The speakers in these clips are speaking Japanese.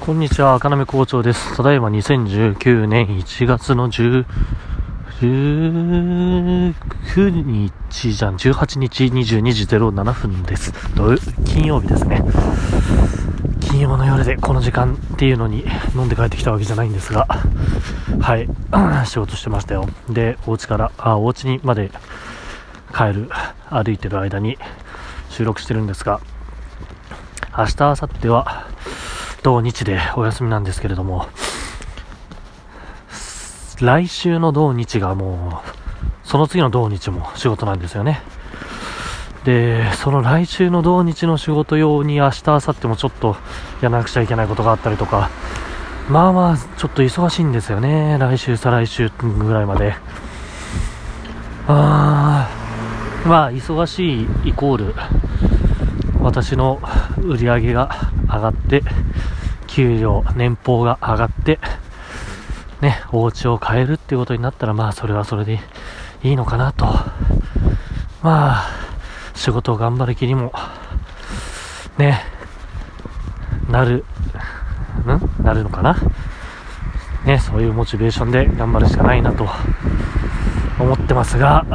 こんにちは、赤波校長です。ただいま2019年1月の19日じゃん、18日22時07分です。金曜日ですね。金曜の夜でこの時間っていうのに飲んで帰ってきたわけじゃないんですが、はい、仕事してましたよ。で、お家にまで歩いてる間に収録してるんですが、明日、明後日は土日でお休みなんですけれども、来週の土日がもうその次の土日も仕事なんですよね。で、その来週の土日の仕事用に明日明後日もちょっとやらなくちゃいけないことがあったりとか、まあちょっと忙しいんですよね。来週再来週ぐらいまで。忙しいイコール私の売り上げが上がって、給料年俸が上がってね、お家を買えるっていうことになったら、それはそれでいいのかなと。仕事を頑張る気にもねなるのかなね。そういうモチベーションで頑張るしかないなと思ってますが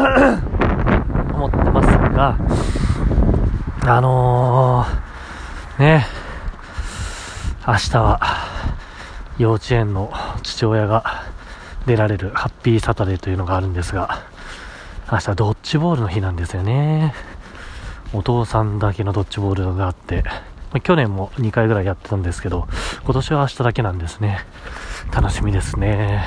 明日は幼稚園の父親が出られるハッピーサタデーというのがあるんですが、明日ドッジボールの日なんですよね。お父さんだけのドッジボールがあって、去年も2回ぐらいやってたんですけど、今年は明日だけなんですね。楽しみですね。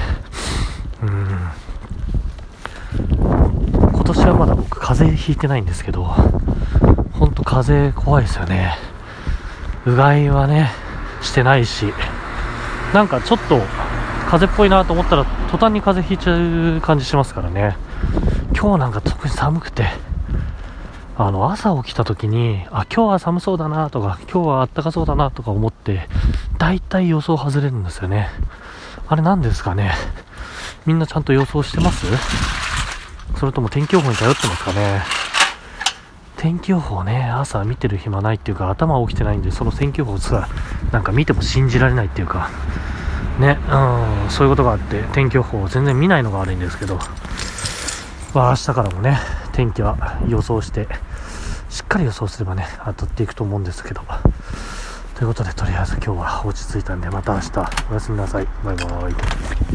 今年はまだ僕風邪ひいてないんですけど、ほんと風邪怖いですよね。うがいはねしてないし、なんかちょっと風邪っぽいなと思ったら途端に風邪ひいちゃう感じしますからね。今日なんか特に寒くて、朝起きた時に今日は寒そうだなとか、今日は暖かそうだなとか思ってだいたい予想外れるんですよね。あれなんですかね。みんなちゃんと予想してます？それとも天気予報に頼ってますかね。天気予報ね、朝見てる暇ないっていうか、頭起きてないんで、その天気予報さなんか見ても信じられないっていうかね、そういうことがあって天気予報を全然見ないのが悪いんですけど、明日からもね天気は予想してしっかり予想すればね当たっていくと思うんですけど、ということでとりあえず今日は落ち着いたんで、また明日おやすみなさい。バイバイ。